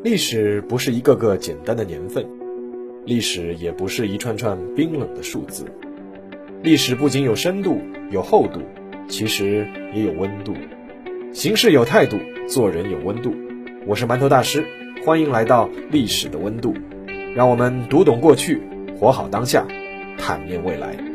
历史不是一个个简单的年份，历史也不是一串串冰冷的数字。历史不仅有深度有厚度，其实也有温度。行事有态度，做人有温度。我是馒头大师，欢迎来到历史的温度，让我们读懂过去，活好当下，探面未来。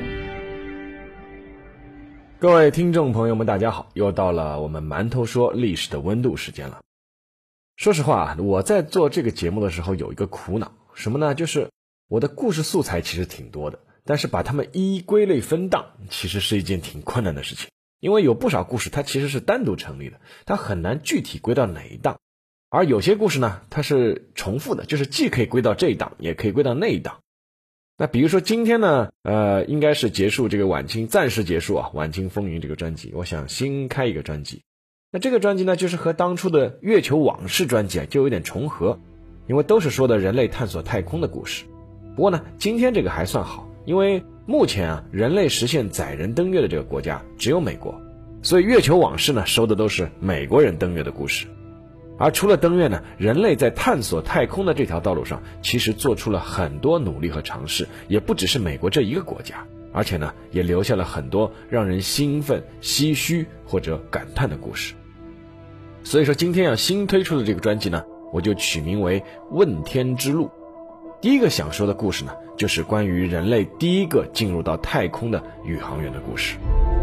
各位听众朋友们大家好，又到了我们馒头说历史的温度时间了。说实话，我在做这个节目的时候有一个苦恼，什么呢？就是我的故事素材其实挺多的，但是把它们一一归类分档其实是一件挺困难的事情，因为有不少故事它其实是单独成立的，它很难具体归到哪一档，而有些故事呢它是重复的，就是既可以归到这一档也可以归到那一档。那比如说今天呢应该是结束这个晚清，暂时结束晚清风云这个专辑，我想新开一个专辑。那这个专辑呢就是和当初的月球往事专辑就有点重合，因为都是说的人类探索太空的故事。不过呢今天这个还算好，因为目前人类实现载人登月的这个国家只有美国，所以月球往事呢收的都是美国人登月的故事。而除了登月呢，人类在探索太空的这条道路上其实做出了很多努力和尝试，也不只是美国这一个国家，而且呢也留下了很多让人兴奋、唏嘘或者感叹的故事。所以说今天要新推出的这个专辑呢，我就取名为问天之路。第一个想说的故事呢，就是关于人类第一个进入到太空的宇航员的故事。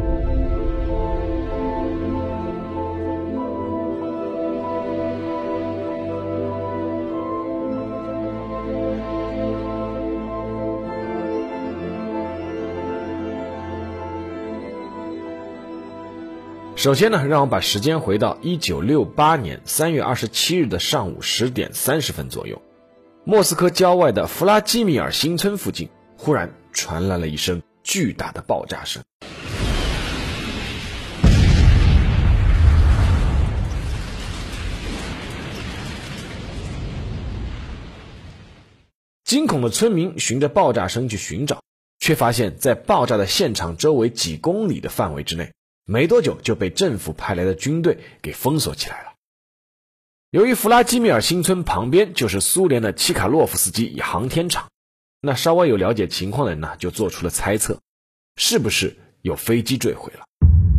首先呢，让我把时间回到1968年3月27日的上午10点30分左右，莫斯科郊外的弗拉基米尔新村附近，忽然传来了一声巨大的爆炸声。惊恐的村民循着爆炸声去寻找，却发现在爆炸的现场周围几公里的范围之内，没多久就被政府派来的军队给封锁起来了。由于弗拉基米尔新村旁边就是苏联的契卡洛夫斯基航天场，那稍微有了解情况的人呢，就做出了猜测，是不是有飞机坠毁了？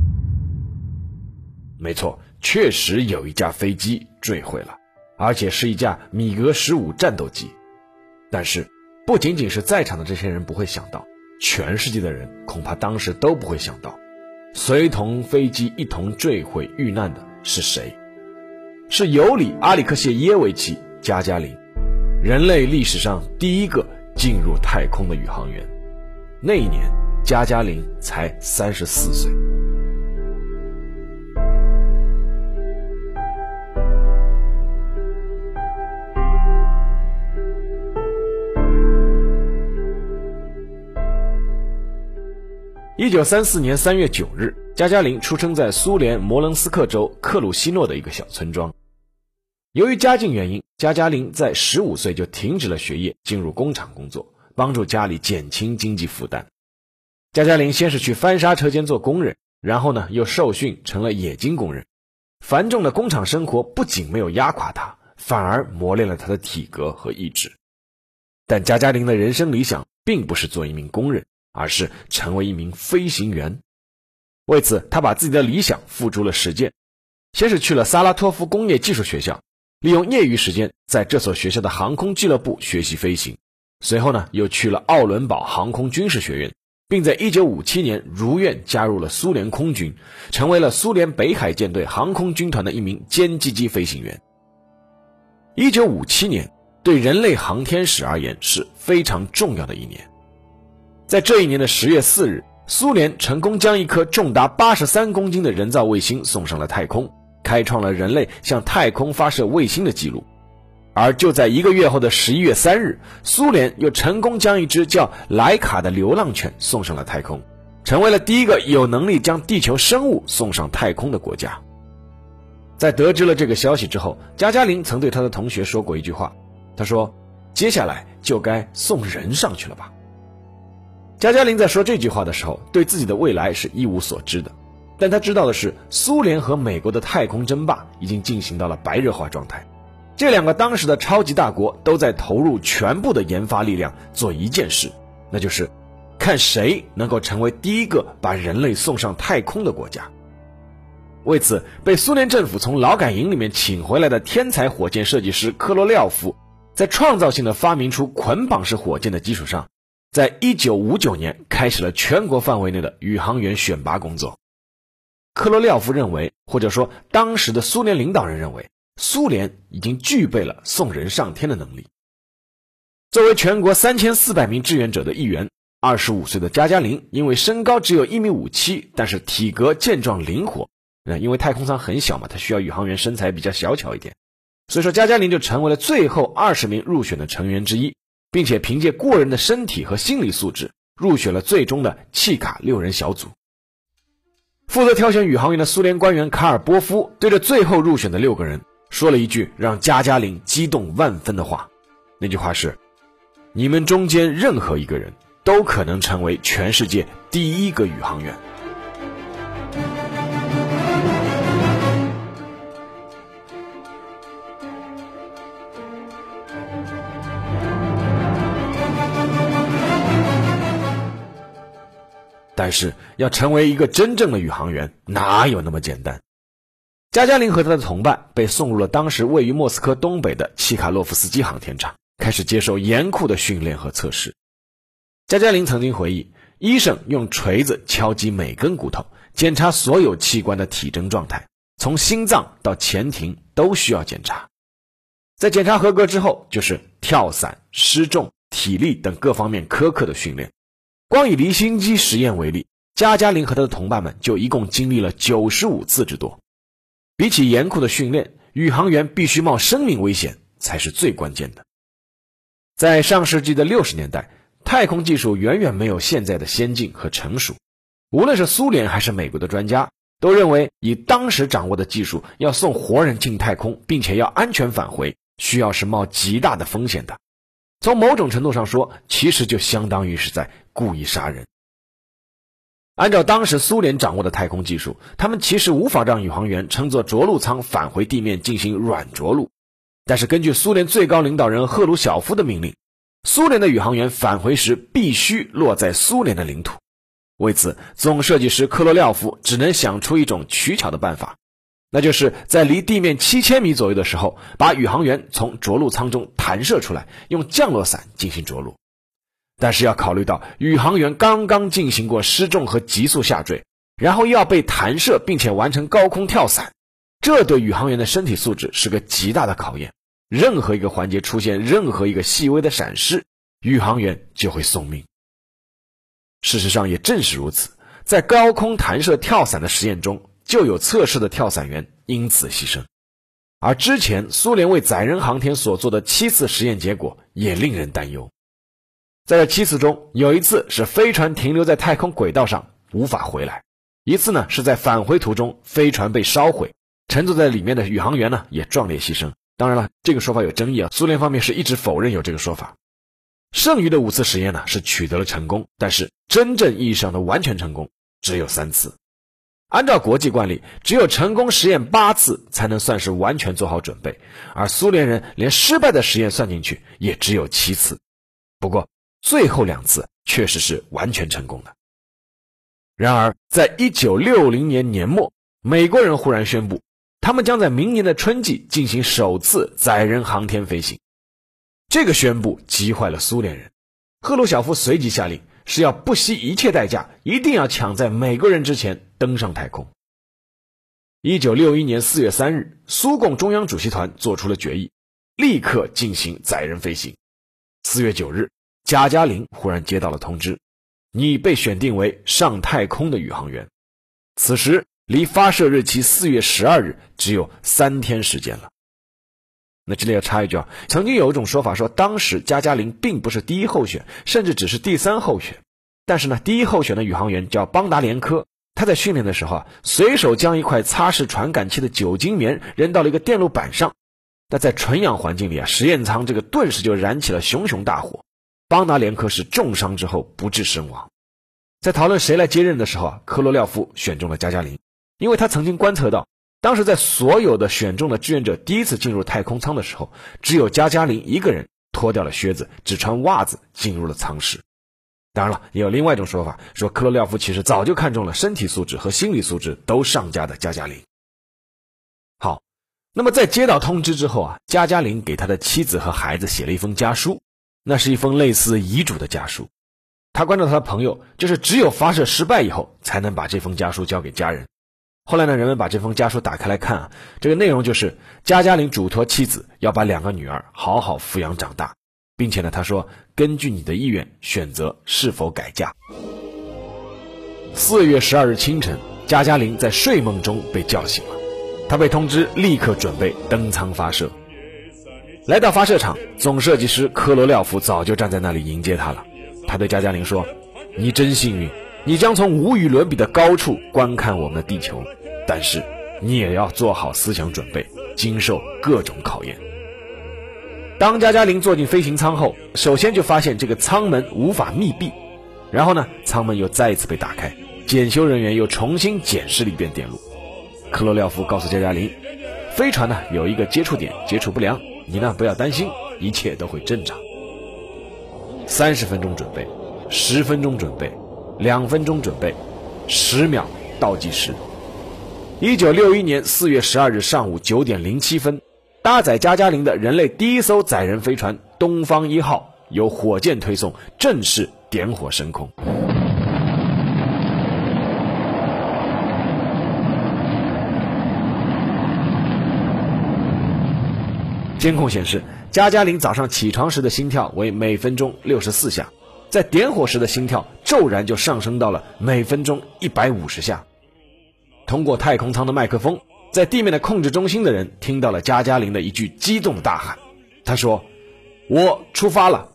没错，确实有一架飞机坠毁了，而且是一架米格15战斗机。但是不仅仅是在场的这些人不会想到，全世界的人恐怕当时都不会想到，随同飞机一同坠毁遇难的是谁？是尤里·阿里克谢耶维奇·加加林，人类历史上第一个进入太空的宇航员。那一年加加林才34岁。1934年3月9日，加加林出生在苏联摩棱斯克州克鲁西诺的一个小村庄。由于家境原因，加加林在15岁就停止了学业，进入工厂工作，帮助家里减轻经济负担。加加林先是去翻砂车间做工人，然后呢又受训成了冶金工人。繁重的工厂生活不仅没有压垮他，反而磨练了他的体格和意志。但加加林的人生理想并不是做一名工人，而是成为一名飞行员。为此他把自己的理想付诸了实践，先是去了萨拉托夫工业技术学校，利用业余时间在这所学校的航空俱乐部学习飞行。随后呢又去了奥伦堡航空军事学院，并在1957年如愿加入了苏联空军，成为了苏联北海舰队航空军团的一名歼击机飞行员。1957年对人类航天史而言是非常重要的一年。在这一年的10月4日，苏联成功将一颗重达83公斤的人造卫星送上了太空，开创了人类向太空发射卫星的记录。而就在1个月后的11月3日，苏联又成功将一只叫莱卡的流浪犬送上了太空，成为了第一个有能力将地球生物送上太空的国家。在得知了这个消息之后，加加林曾对他的同学说过一句话，他说：接下来就该送人上去了吧。加加林在说这句话的时候，对自己的未来是一无所知的，但他知道的是，苏联和美国的太空争霸已经进行到了白热化状态。 这两个当时的超级大国都在投入全部的研发力量做一件事，那就是看谁能够成为第一个把人类送上太空的国家。为此，被苏联政府从劳改营里面请回来的天才火箭设计师科罗廖夫，在创造性的发明出捆绑式火箭的基础上，在1959年开始了全国范围内的宇航员选拔工作。科罗廖夫认为，或者说当时的苏联领导人认为，苏联已经具备了送人上天的能力。作为全国3400名志愿者的一员，25岁的加加林因为身高只有1.57米，但是体格健壮灵活，因为太空舱很小嘛，他需要宇航员身材比较小巧一点，所以说加加林就成为了最后20名入选的成员之一，并且凭借过人的身体和心理素质入选了最终的契卡6人小组。负责挑选宇航员的苏联官员卡尔波夫对着最后入选的6个人说了一句让加加林激动万分的话，那句话是：你们中间任何一个人都可能成为全世界第一个宇航员。但是要成为一个真正的宇航员，哪有那么简单？加加林和他的同伴被送入了当时位于莫斯科东北的契卡洛夫斯基航天场，开始接受严酷的训练和测试。加加林曾经回忆，医生用锤子敲击每根骨头，检查所有器官的体征状态，从心脏到前庭都需要检查。在检查合格之后，就是跳伞、失重、体力等各方面苛刻的训练。光以离心机实验为例，加加林和他的同伴们就一共经历了95次之多。比起严酷的训练，宇航员必须冒生命危险才是最关键的。在上世纪的60年代，太空技术远远没有现在的先进和成熟，无论是苏联还是美国的专家都认为，以当时掌握的技术要送活人进太空并且要安全返回，需要是冒极大的风险的。从某种程度上说，其实就相当于是在故意杀人。按照当时苏联掌握的太空技术，他们其实无法让宇航员乘坐着陆舱返回地面进行软着陆。但是根据苏联最高领导人赫鲁晓夫的命令，苏联的宇航员返回时必须落在苏联的领土。为此，总设计师科罗廖夫只能想出一种取巧的办法，那就是在离地面7000米左右的时候，把宇航员从着陆舱中弹射出来，用降落伞进行着陆。但是要考虑到宇航员刚刚进行过失重和急速下坠，然后又要被弹射并且完成高空跳伞，这对宇航员的身体素质是个极大的考验。任何一个环节出现任何一个细微的闪失，宇航员就会送命。事实上也正是如此，在高空弹射跳伞的实验中，就有测试的跳伞员因此牺牲。而之前苏联为载人航天所做的7次实验结果也令人担忧。在这7次中，有一次是飞船停留在太空轨道上无法回来，一次呢是在返回途中飞船被烧毁，乘坐在里面的宇航员呢也壮烈牺牲。当然了，这个说法有争议啊，苏联方面是一直否认有这个说法。剩余的5次实验呢是取得了成功，但是真正意义上的完全成功只有3次。按照国际惯例，只有成功实验8次才能算是完全做好准备，而苏联人连失败的实验算进去也只有7次。不过最后2次确实是完全成功的。然而在1960年年末，美国人忽然宣布，他们将在明年的春季进行首次载人航天飞行。这个宣布急坏了苏联人，赫鲁晓夫随即下令，是要不惜一切代价，一定要抢在美国人之前登上太空。1961年4月3日，苏共中央主席团做出了决议，立刻进行载人飞行。4月9日，加加林忽然接到了通知，你被选定为上太空的宇航员。此时离发射日期4月12日只有3天时间了。那这里要插一句啊，曾经有一种说法说，当时加加林并不是第一候选，甚至只是第3候选。但是呢，第一候选的宇航员叫邦达连科，他在训练的时候随手将一块擦拭传感器的酒精棉扔到了一个电路板上。那在纯氧环境里实验舱这个顿时就燃起了熊熊大火。邦达连科是重伤之后不治身亡。在讨论谁来接任的时候科罗廖夫选中了加加林，因为他曾经观测到当时在所有的选中的志愿者第一次进入太空舱的时候，只有加加林一个人脱掉了靴子，只穿袜子进入了舱室。当然了，也有另外一种说法，说科罗廖夫其实早就看中了身体素质和心理素质都上佳的加加林。好，那么在接到通知之后啊，加加林给他的妻子和孩子写了一封家书，那是一封类似遗嘱的家书。他关照他的朋友，就是只有发射失败以后才能把这封家书交给家人。后来呢，人们把这封家书打开来看啊，这个内容就是加加林嘱托妻子要把2个女儿好好抚养长大，并且呢，他说根据你的意愿选择是否改嫁。4月12日清晨，加加林在睡梦中被叫醒了，他被通知立刻准备登舱发射。来到发射场，总设计师科罗廖夫早就站在那里迎接他了。他对加加林说，你真幸运，你将从无与伦比的高处观看我们的地球，但是你也要做好思想准备，经受各种考验。当加加林坐进飞行舱后，首先就发现这个舱门无法密闭，然后呢，舱门又再一次被打开，检修人员又重新检视了一遍电路。科罗廖夫告诉加加林，飞船呢有一个接触点，接触不良，你呢不要担心，一切都会正常。30分钟准备，10分钟准备，2分钟准备，10秒倒计时。1961年4月12日上午9点07分，搭载加加林的人类第一艘载人飞船东方1号由火箭推送正式点火升空。监控显示，加加林早上起床时的心跳为每分钟64下，在点火时的心跳骤然就上升到了每分钟150下。通过太空舱的麦克风，在地面的控制中心的人听到了加加林的一句激动的大喊，他说，我出发了。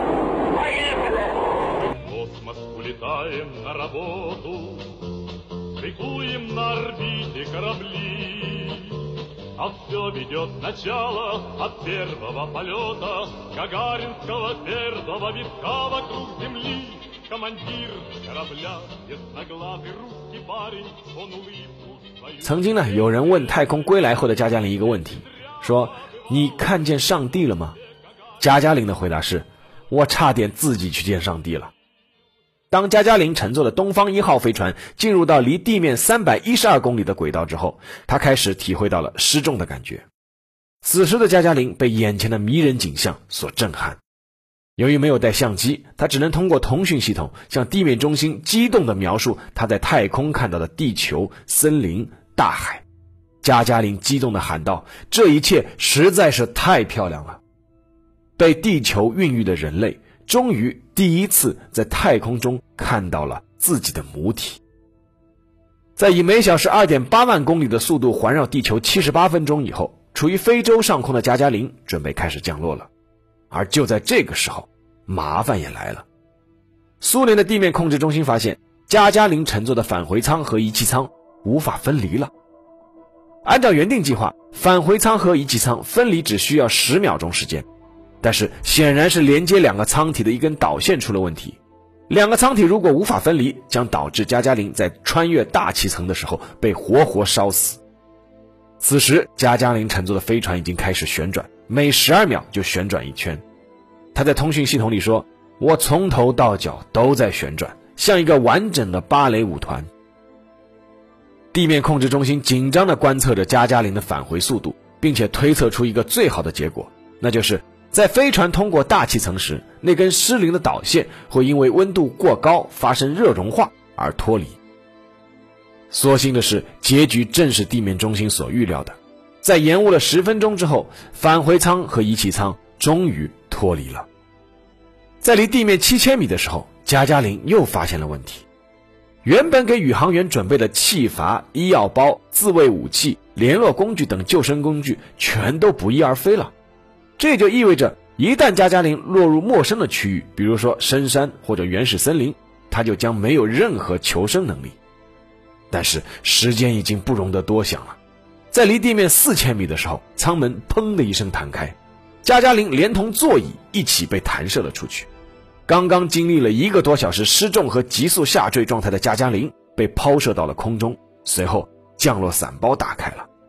А все ведет начало от первого полета Гагаринского твердого витка вокруг земли. Командир корабля, ясноглазый русский парень, он улыбку свою... 曾经呢，有人问太空归来后的加加林一个问题，说你看见上帝了吗？加加林的回答是，我差点自己去见上帝了。当加加林乘坐的东方1号飞船进入到离地面312公里的轨道之后，他开始体会到了失重的感觉。此时的加加林被眼前的迷人景象所震撼。由于没有带相机，他只能通过通讯系统向地面中心激动地描述他在太空看到的地球、森林、大海。加加林激动地喊道，这一切实在是太漂亮了。被地球孕育的人类终于第一次在太空中看到了自己的母体。在以每小时 2.8 万公里的速度环绕地球78分钟以后，处于非洲上空的加加林准备开始降落了。而就在这个时候，麻烦也来了。苏联的地面控制中心发现，加加林乘坐的返回舱和仪器舱无法分离了。按照原定计划，返回舱和仪器舱分离只需要10秒钟时间，但是显然是连接2个舱体的一根导线出了问题。2个舱体如果无法分离，将导致加加林在穿越大气层的时候被活活烧死。此时加加林乘坐的飞船已经开始旋转，每12秒就旋转一圈。他在通讯系统里说，我从头到脚都在旋转，像一个完整的芭蕾舞团。地面控制中心紧张地观测着加加林的返回速度，并且推测出一个最好的结果，那就是在飞船通过大气层时，那根失灵的导线会因为温度过高发生热融化而脱离。所幸的是，结局正是地面中心所预料的。在延误了10分钟之后，返回舱和仪器舱终于脱离了。在离地面7000米的时候，加加林又发现了问题。原本给宇航员准备的气阀、医药包、自卫武器、联络工具等救生工具全都不翼而飞了。这就意味着，一旦加加林落入陌生的区域，比如说深山或者原始森林，他就将没有任何求生能力。但是时间已经不容得多想了，在离地面4000米的时候，舱门砰的一声弹开，加加林连同座椅一起被弹射了出去。刚刚经历了1个多小时失重和急速下坠状态的加加林被抛射到了空中，随后降落伞包打开了，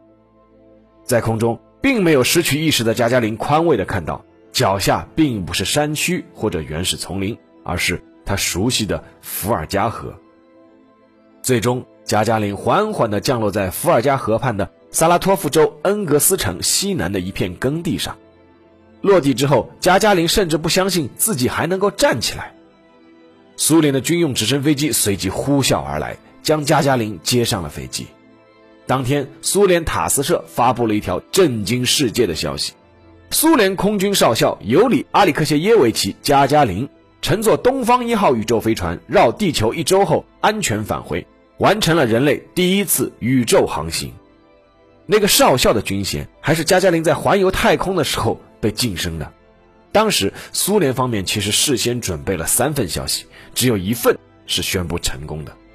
在空中并没有失去意识的加加林宽慰地看到，脚下并不是山区或者原始丛林，而是他熟悉的伏尔加河。最终加加林缓缓地降落在伏尔加河畔的萨拉托夫州恩格斯城西南的一片耕地上。落地之后，加加林甚至不相信自己还能够站起来。苏联的军用直升飞机随即呼啸而来，将加加林接上了飞机。当天，苏联塔斯社发布了一条震惊世界的消息：苏联空军少校尤里·阿里克谢耶维奇·加加林乘坐东方1号宇宙飞船绕地球1周后安全返回，完成了人类第一次宇宙航行。那个少校的军衔还是加加林在环游太空的时候被晋升的。当时苏联方面其实事先准备了3份消息，只有1份是宣布成功的。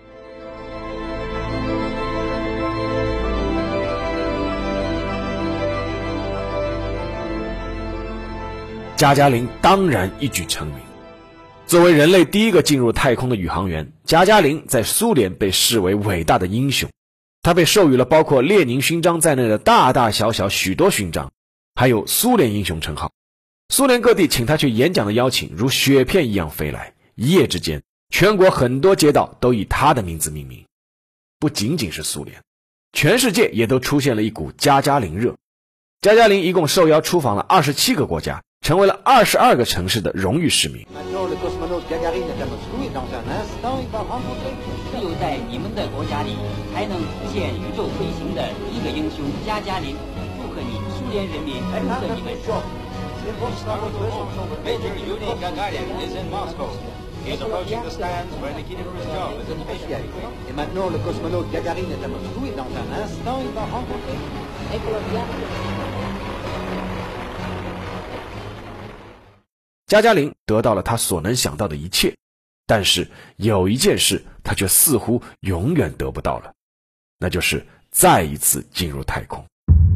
加加林当然一举成名。作为人类第一个进入太空的宇航员，加加林在苏联被视为伟大的英雄。他被授予了包括列宁勋章在内的大大小小许多勋章，还有苏联英雄称号。苏联各地请他去演讲的邀请如雪片一样飞来，一夜之间，全国很多街道都以他的名字命名。不仅仅是苏联，全世界也都出现了一股加加林热。加加林一共受邀出访了27个国家，成为了22个城市的荣誉市民。 只有在你们的国家里才能实现宇宙飞行的一个英雄加加林，祝贺你，苏联人民，祝贺你们。 Major Yuri Gagarin is in Moscow. He's approaching the stands where Nikita Khrushchev is in Mission. Et maintenant, le cosmonaute Gagarin est à Moscou et dans un instant, il va rencontrer Nicolas. 加加林得到了他所能想到的一切，但是有一件事他却似乎永远得不到了，那就是再一次进入太空。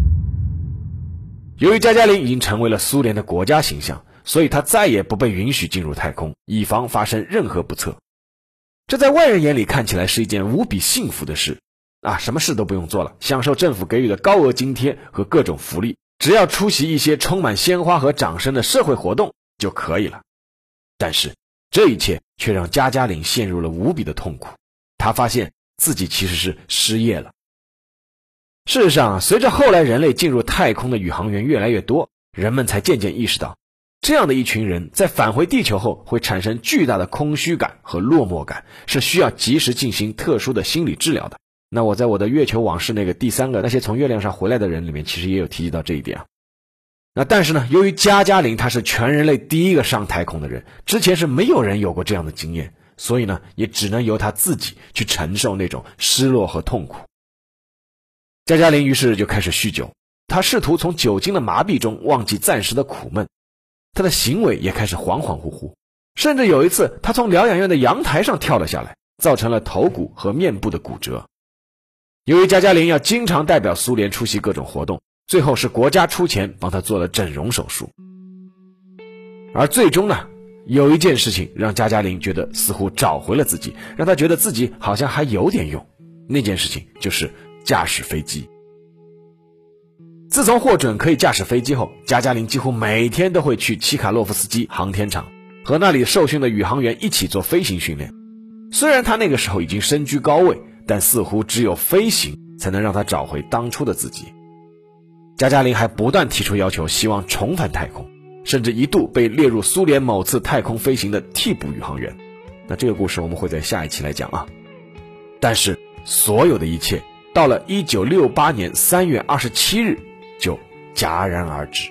由于加加林已经成为了苏联的国家形象，所以他再也不被允许进入太空，以防发生任何不测。这在外人眼里看起来是一件无比幸福的事啊，什么事都不用做了，享受政府给予的高额津贴和各种福利，只要出席一些充满鲜花和掌声的社会活动就可以了。但是这一切却让加加林陷入了无比的痛苦，他发现自己其实是失业了。事实上，随着后来人类进入太空的宇航员越来越多，人们才渐渐意识到，这样的一群人在返回地球后会产生巨大的空虚感和落寞感，是需要及时进行特殊的心理治疗的。那我在我的月球往事那个第3个那些从月亮上回来的人里面，其实也有提及到这一点啊。那但是呢，由于加加林他是全人类第一个上太空的人，之前是没有人有过这样的经验，所以呢，也只能由他自己去承受那种失落和痛苦。加加林于是就开始酗酒，他试图从酒精的麻痹中忘记暂时的苦闷，他的行为也开始恍恍惚惚，甚至有一次他从疗养院的阳台上跳了下来，造成了头骨和面部的骨折。由于加加林要经常代表苏联出席各种活动，最后是国家出钱帮他做了整容手术。而最终呢，有一件事情让加加林觉得似乎找回了自己，让他觉得自己好像还有点用。那件事情就是驾驶飞机。自从获准可以驾驶飞机后，加加林几乎每天都会去契卡洛夫斯基航天场，和那里受训的宇航员一起做飞行训练。虽然他那个时候已经身居高位，但似乎只有飞行才能让他找回当初的自己。加加林还不断提出要求，希望重返太空，甚至一度被列入苏联某次太空飞行的替补宇航员。那这个故事我们会在下一期来讲啊。但是所有的一切到了1968年3月27日就戛然而止。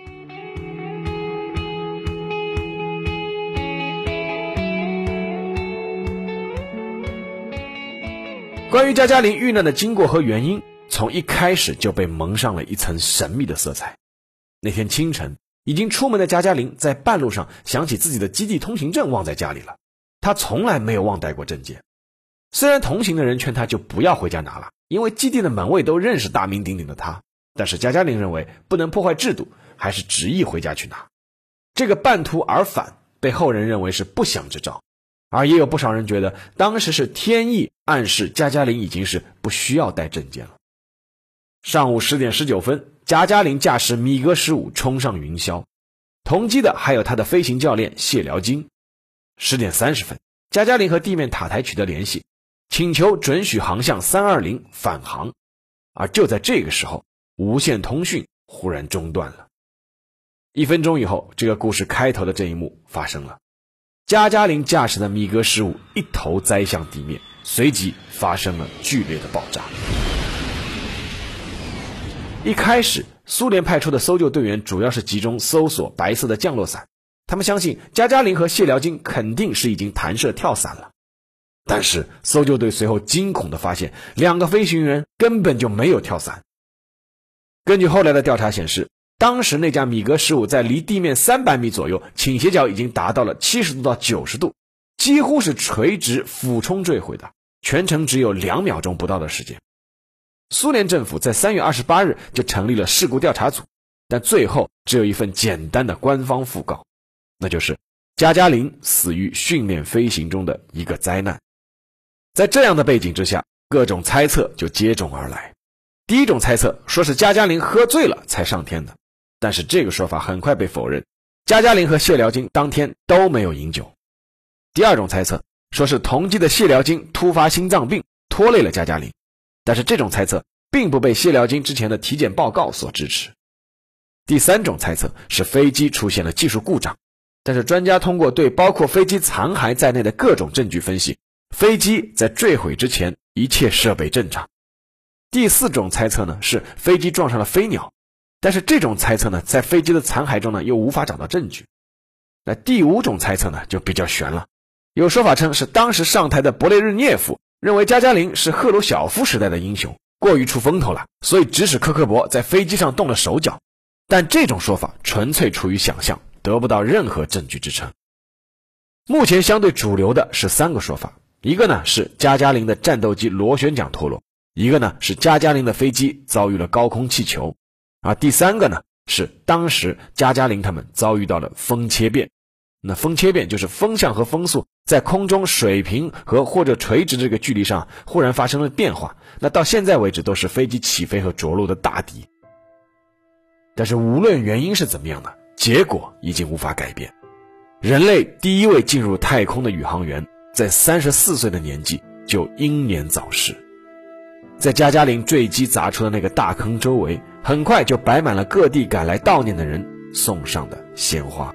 关于加加林遇难的经过和原因，从一开始就被蒙上了一层神秘的色彩。那天清晨，已经出门的加加林在半路上想起自己的基地通行证忘在家里了。他从来没有忘带过证件。虽然同行的人劝他就不要回家拿了，因为基地的门卫都认识大名鼎鼎的他，但是加加林认为不能破坏制度，还是执意回家去拿。这个半途而返被后人认为是不祥之兆，而也有不少人觉得当时是天意暗示加加林已经是不需要带证件了。上午10点19分， 加加林驾驶米格15冲上云霄，同机的还有他的飞行教练谢辽金。10点30分，加加林和地面塔台取得联系，请求准许航向320返航。而就在这个时候，无线通讯忽然中断了。1分钟以后，这个故事开头的这一幕发生了。加加林驾驶的米格15一头栽向地面，随即发生了剧烈的爆炸。一开始，苏联派出的搜救队员主要是集中搜索白色的降落伞，他们相信加加林和谢辽金肯定是已经弹射跳伞了。但是搜救队随后惊恐地发现，2个飞行员根本就没有跳伞。根据后来的调查显示，当时那架米格15在离地面300米左右，倾斜角已经达到了70度到90度，几乎是垂直俯冲坠毁的，全程只有2秒钟不到的时间。苏联政府在3月28日就成立了事故调查组，但最后只有一份简单的官方讣告，那就是加加林死于训练飞行中的一个灾难。在这样的背景之下，各种猜测就接踵而来。第一种猜测说是加加林喝醉了才上天的，但是这个说法很快被否认，加加林和谢辽金当天都没有饮酒。第二种猜测说是同机的谢辽金突发心脏病拖累了加加林，但是这种猜测并不被谢辽金之前的体检报告所支持。第三种猜测是飞机出现了技术故障，但是专家通过对包括飞机残骸在内的各种证据分析，飞机在坠毁之前一切设备正常。第四种猜测呢是飞机撞上了飞鸟，但是这种猜测呢在飞机的残骸中呢又无法找到证据。那第五种猜测呢就比较悬了，有说法称是当时上台的勃列日涅夫认为加加林是赫鲁晓夫时代的英雄，过于出风头了，所以指使科克勃在飞机上动了手脚，但这种说法纯粹出于想象，得不到任何证据支撑。目前相对主流的是3个说法，一个呢是加加林的战斗机螺旋桨脱落，一个呢是加加林的飞机遭遇了高空气球，而第3个呢是当时加加林他们遭遇到了风切变。那风切变就是风向和风速在空中水平和或者垂直这个距离上忽然发生了变化，那到现在为止都是飞机起飞和着陆的大敌。但是无论原因是怎么样的，结果已经无法改变。人类第一位进入太空的宇航员在34岁的年纪就英年早逝。在加加林坠机砸出的那个大坑周围，很快就摆满了各地赶来悼念的人送上的鲜花。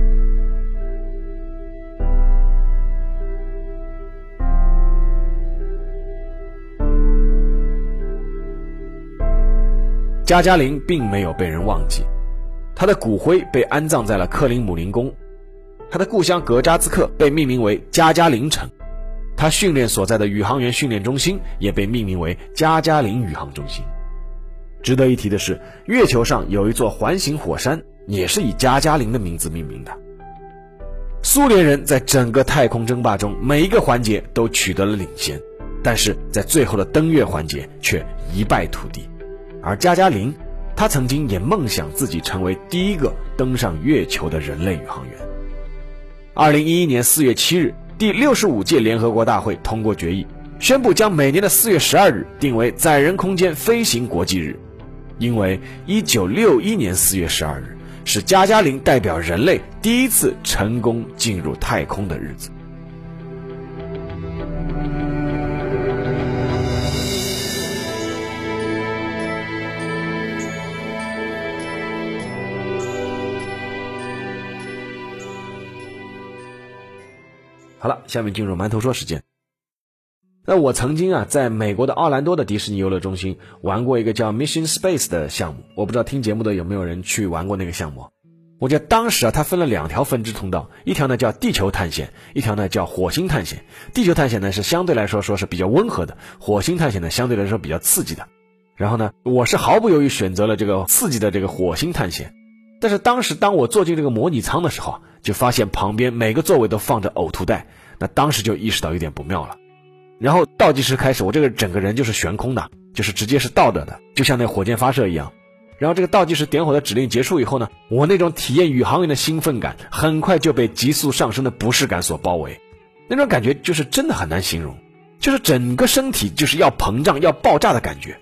加加林并没有被人忘记，他的骨灰被安葬在了克林姆林宫，他的故乡格扎兹克被命名为加加林城，他训练所在的宇航员训练中心也被命名为加加林宇航中心。值得一提的是，月球上有一座环形火山也是以加加林的名字命名的。苏联人在整个太空争霸中每一个环节都取得了领先，但是在最后的登月环节却一败涂地。而加加林，他曾经也梦想自己成为第一个登上月球的人类宇航员。2011年4月7日，第65届联合国大会通过决议，宣布将每年的4月12日定为载人空间飞行国际日，因为1961年4月12日是加加林代表人类第一次成功进入太空的日子。好了，下面进入馒头说时间。那我曾经在美国的奥兰多的迪士尼游乐中心玩过一个叫 Mission Space 的项目，我不知道听节目的有没有人去玩过那个项目。我记得当时它分了2条分支通道，一条呢叫地球探险，一条呢叫火星探险。地球探险呢是相对来说是比较温和的，火星探险呢相对来说比较刺激的。然后呢，我是毫不犹豫选择了这个刺激的这个火星探险。但是当时当我坐进这个模拟舱的时候，就发现旁边每个座位都放着呕吐袋，那当时就意识到有点不妙了。然后倒计时开始，我这个整个人就是悬空的，就是直接是倒着的，就像那火箭发射一样。然后这个倒计时点火的指令结束以后呢，我那种体验宇航员的兴奋感很快就被急速上升的不适感所包围。那种感觉就是真的很难形容，就是整个身体就是要膨胀要爆炸的感觉。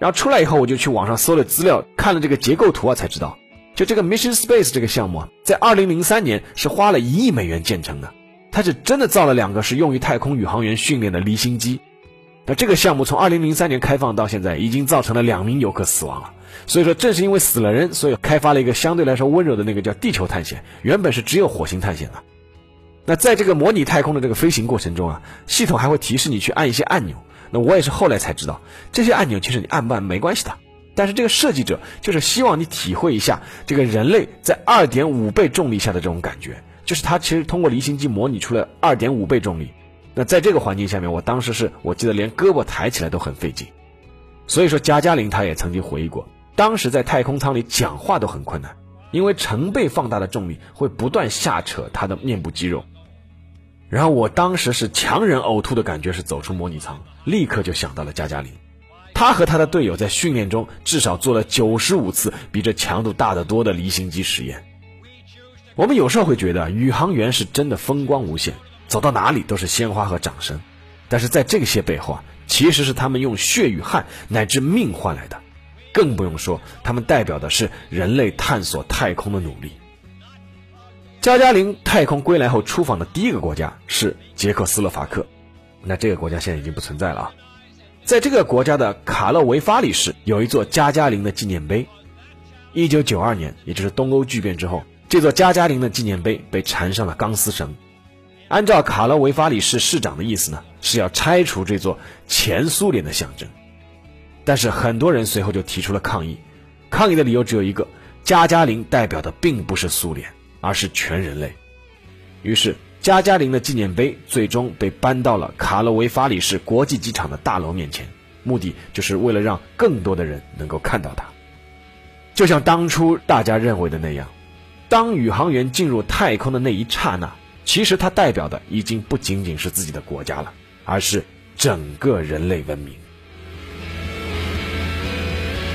然后出来以后我就去网上搜了资料，看了这个结构图才知道，就这个 Mission Space 这个项目在2003年是花了1亿美元建成的，它是真的造了2个是用于太空宇航员训练的离心机。那这个项目从2003年开放到现在，已经造成了2名游客死亡了。所以说正是因为死了人，所以开发了一个相对来说温柔的那个叫地球探险，原本是只有火星探险的。那在这个模拟太空的这个飞行过程中系统还会提示你去按一些按钮。那我也是后来才知道，这些按钮其实你按不按没关系的，但是这个设计者就是希望你体会一下这个人类在 2.5 倍重力下的这种感觉，就是他其实通过离心机模拟出了 2.5 倍重力。那在这个环境下面，我当时我记得连胳膊抬起来都很费劲。所以说加加林他也曾经回忆过，当时在太空舱里讲话都很困难，因为成倍放大的重力会不断下扯他的面部肌肉。然后我当时是强忍呕吐的感觉，是走出模拟舱，立刻就想到了加加林。他和他的队友在训练中至少做了95次比这强度大得多的离心机实验。我们有时候会觉得宇航员是真的风光无限，走到哪里都是鲜花和掌声，但是在这些背后其实是他们用血与汗乃至命换来的，更不用说他们代表的是人类探索太空的努力。加加林太空归来后出访的第一个国家是捷克斯洛伐克，那这个国家现在已经不存在了在这个国家的卡勒维法里市有一座加加林的纪念碑。1992年，也就是东欧剧变之后，这座加加林的纪念碑被缠上了钢丝绳。按照卡勒维法里市市长的意思呢，是要拆除这座前苏联的象征。但是很多人随后就提出了抗议，抗议的理由只有一个，加加林代表的并不是苏联，而是全人类。于是加加林的纪念碑最终被搬到了卡勒维法里市国际机场的大楼面前，目的就是为了让更多的人能够看到它。就像当初大家认为的那样，当宇航员进入太空的那一刹那，其实它代表的已经不仅仅是自己的国家了，而是整个人类文明。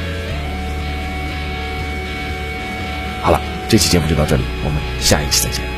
好了，这期节目就到这里，我们下一期再见。